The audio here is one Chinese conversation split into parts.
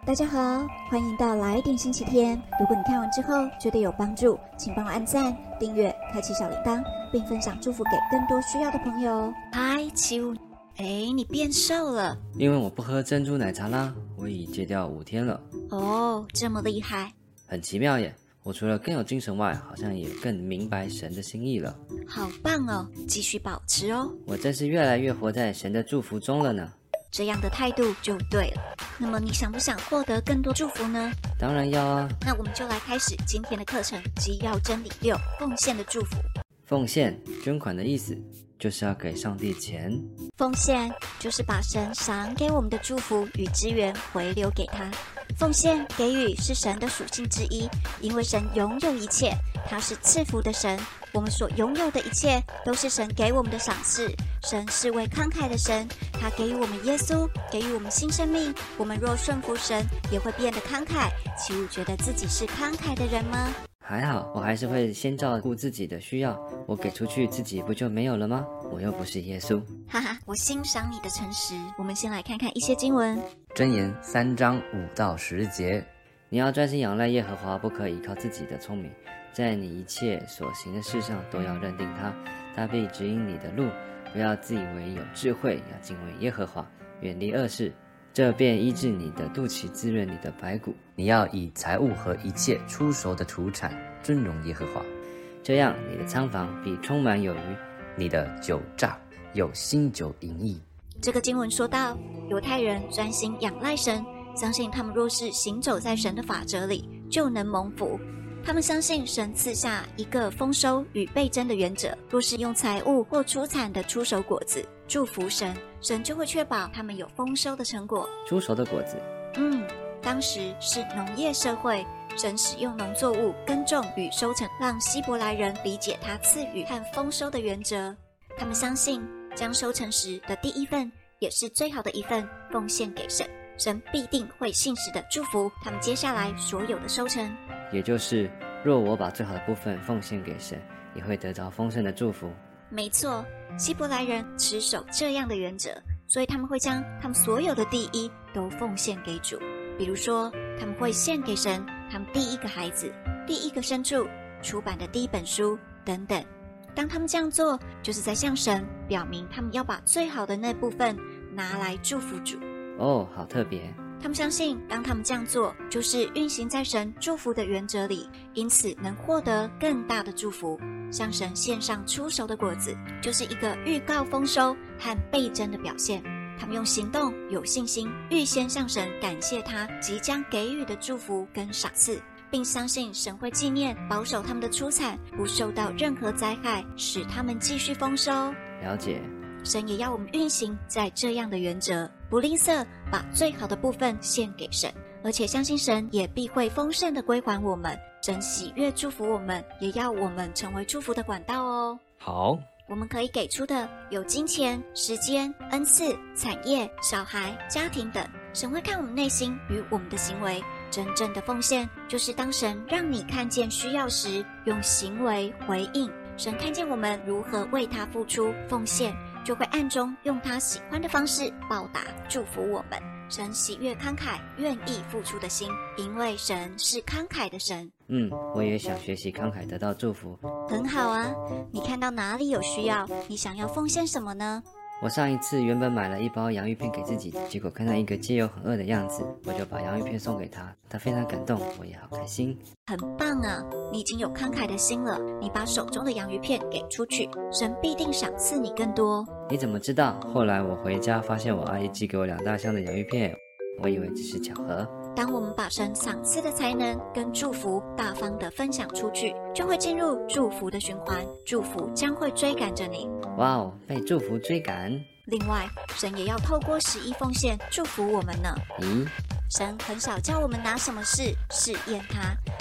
大家好，欢迎到来点星期天。如果你看完之后觉得有帮助，请帮我按赞、订阅、开启小铃铛，并分享祝福给更多需要的朋友。嗨，七五，你变瘦了。 因为我不喝珍珠奶茶啦，我已戒掉5天了。 哦，这么厉害。 很奇妙耶，我除了更有精神外，好像也更明白神的心意了。 好棒哦，继续保持哦。 我真是越来越活在神的祝福中了呢。 这样的态度就对了。那么你想不想获得更多祝福呢？ 当然要啊。 那我们就来开始今天的课程，基要真理6，奉献的祝福。 奉献、捐款的意思就是要给上帝钱。 奉献就是把神赏给我们的祝福与资源回流给他。奉献给予是神的属性之一，因为神拥有一切，他是赐福的神。我们所拥有的一切都是神给我们的赏赐。神是位慷慨的神，他给予我们耶稣，给予我们新生命。我们若顺服神，也会变得慷慨。其武觉得自己是慷慨的人吗？ 还好，我还是会先照顾自己的需要。我给出去，自己不就没有了吗？我又不是耶稣。 哈哈，我欣赏你的诚实。我们先来看看一些经文。 箴言3章5到10节， 你要专心仰赖耶和华，不可依靠自己的聪明，在你一切所行的事上都要认定他，他必指引你的路。不要自以为有智慧，要敬畏耶和华，远离恶事，这便医治你的肚脐，滋润你的白骨。 你要以财物和一切出熟的土产尊荣耶和华， 这样你的仓房必充满有余， 你的酒榨有新酒盈溢。 这个经文说到，犹太人专心仰赖神，相信他们若是行走在神的法则里，就能蒙福。他们相信神赐下一个丰收与倍增的原则，若是用财物或出产的出手果子祝福神，神就会确保他们有丰收的成果。 出熟的果子， 当时是农业社会，神使用农作物耕种与收成，让希伯来人理解他赐予和丰收的原则。他们相信将收成时的第一份，也是最好的一份奉献给神，神必定会信实的祝福他们接下来所有的收成。 也就是若我把最好的部分奉献给神，也会得着丰盛的祝福。 没错，希伯来人持守这样的原则，所以他们会将他们所有的第一都奉献给主。比如说，他们会献给神他们第一个孩子、第一个牲畜、出版的第一本书等等。当他们这样做，就是在向神表明他们要把最好的那部分拿来祝福主。 哦，好特别。 他们相信，当他们这样做，就是运行在神祝福的原则里，因此能获得更大的祝福。向神献上出熟的果子，就是一个预告丰收和倍增的表现。他们用行动有信心，预先向神感谢他即将给予的祝福跟赏赐，并相信神会纪念保守他们的出产，不受到任何灾害，使他们继续丰收。 了解。 神也要我们运行在这样的原则，不吝啬把最好的部分献给神，而且相信神也必会丰盛的归还我们。神喜悦祝福我们，也要我们成为祝福的管道哦。 好， 我们可以给出的有金钱、时间、恩赐、产业、小孩、家庭等。神会看我们内心与我们的行为。真正的奉献，就是当神让你看见需要时，用行为回应。神看见我们如何为他付出奉献，就会暗中用他喜欢的方式报答祝福我们。神喜悦慷慨愿意付出的心，因为神是慷慨的神。 我也想学习慷慨得到祝福。 很好啊，你看到哪里有需要，你想要奉献什么呢？ 我上一次原本买了一包洋芋片给自己，结果看到一个街友很饿的样子，我就把洋芋片送给他，他非常感动，我也好开心。 很棒啊，你已经有慷慨的心了，你把手中的洋芋片给出去，神必定赏赐你更多。 你怎么知道？后来我回家发现我阿姨寄给我2大箱的洋芋片，我以为只是巧合。 当我们把神赏赐的才能跟祝福大方的分享出去，就会进入祝福的循环，祝福将会追赶着你。 哇哦，被祝福追赶。 另外，神也要透过11奉献祝福我们呢。 咦？ 神很少叫我们拿什么事试验他，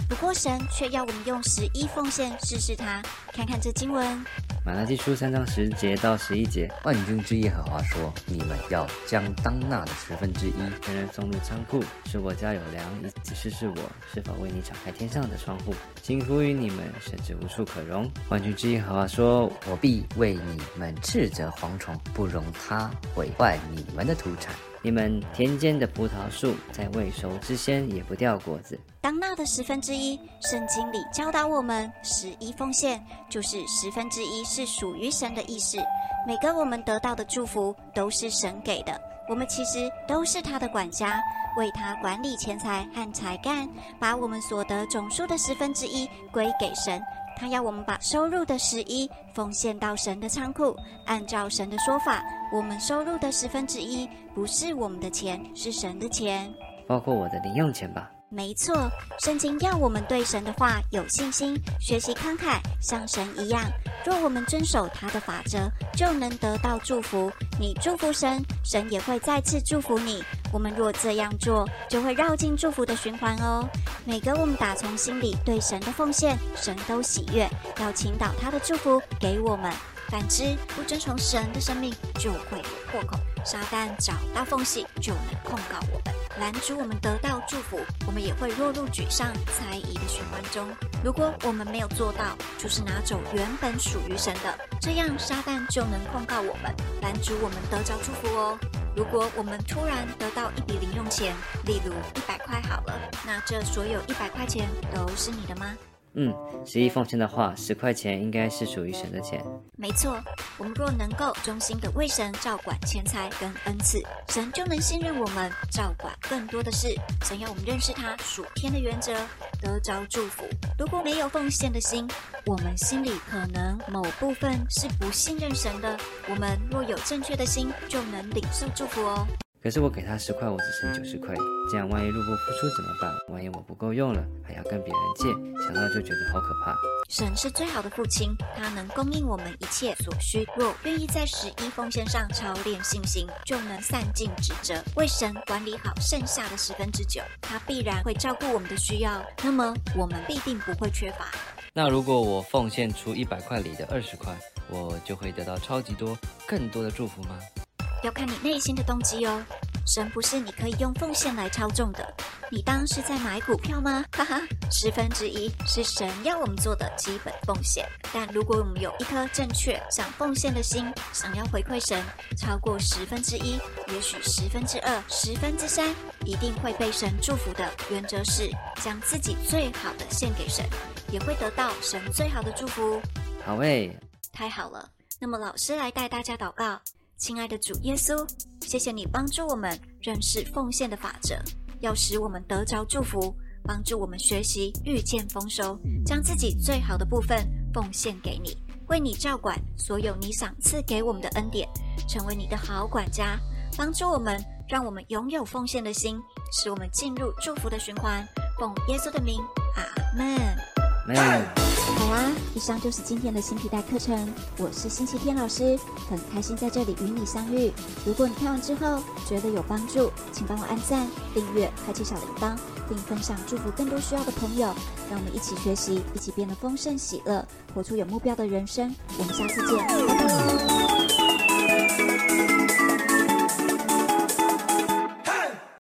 不过神却要我们用11奉献试试他。看看这经文， 马拉基书3章10节到11节， 万军之耶和华说：你们要将当纳的1/10， 全人送入仓库，使我家有粮，以此试试我是否为你敞开天上的窗户，倾福于你们，甚至无处可容。万军之耶和华说： 我必为你们斥责蝗虫，不容它毁坏你们的土产。 你们田间的葡萄树在未熟之先也不掉果子。 当纳的1/10，圣经里教导我们11奉献，就是1/10是属于神的意思。每个我们得到的祝福都是神给的，我们其实都是他的管家，为他管理钱财和才干，把我们所得总数的1/10归给神。他要我们把收入的11奉献到神的仓库。按照神的说法，我们收入的1/10不是我们的钱，是神的钱， 包括我的零用钱吧。 没错，圣经要我们对神的话有信心，学习慷慨，像神一样。若我们遵守他的法则，就能得到祝福。你祝福神，神也会再次祝福你。我们若这样做，就会绕进祝福的循环哦。每个我们打从心里对神的奉献，神都喜悦，要倾倒他的祝福给我们。反之，不遵从神的生命，就会有破口。撒旦找到缝隙，就能控告我们，拦阻我们得到祝福。我们也会落入沮丧、猜疑的循环中。如果我们没有做到，就是拿走原本属于神的，这样撒旦就能控告我们，拦阻我们得着祝福哦。如果我们突然得到一笔零用钱，例如100块好了，那这所有100块钱都是你的吗 ？11奉献的话，10块钱应该是属于神的钱。 没错，我们若能够忠心的为神照管钱财跟恩赐，神就能信任我们照管更多的事。神要我们认识他属天的原则，得着祝福。如果没有奉献的心，我们心里可能某部分是不信任神的。我们若有正确的心，就能领受祝福哦。 可是我给他10块，我只剩90块，这样万一入不敷出怎么办？万一我不够用了，还要跟别人借，想到就觉得好可怕。 神是最好的父亲，他能供应我们一切所需。若愿意在11奉献上操练信心，就能散尽职责，为神管理好剩下的9/10。他必然会照顾我们的需要，那么我们必定不会缺乏。 那如果我奉献出100块里的20块，我就会得到超级多、更多的祝福吗？ 要看你内心的动机哦。神不是你可以用奉献来操纵的。你当是在买股票吗？哈哈，1/10是神要我们做的基本奉献。但如果我们有一颗正确想奉献的心，想要回馈神，超过1/10，也许2/10、3/10，一定会被神祝福的。原则是将自己最好的献给神，也会得到神最好的祝福。 好诶， 太好了。那么老师来带大家祷告。亲爱的主耶稣，谢谢你帮助我们认识奉献的法则，要使我们得着祝福，帮助我们学习遇见丰收，将自己最好的部分奉献给你，为你照管所有你赏赐给我们的恩典，成为你的好管家，帮助我们，让我们拥有奉献的心，使我们进入祝福的循环。奉耶稣的名，阿们。好啦，以上就是今天的新皮带课程。我是星期天老师，很开心在这里与你相遇。如果你看完之后觉得有帮助，请帮我按赞、订阅、开启小铃铛，并分享祝福更多需要的朋友。让我们一起学习，一起变得丰盛喜乐，活出有目标的人生。我们下次见，拜拜。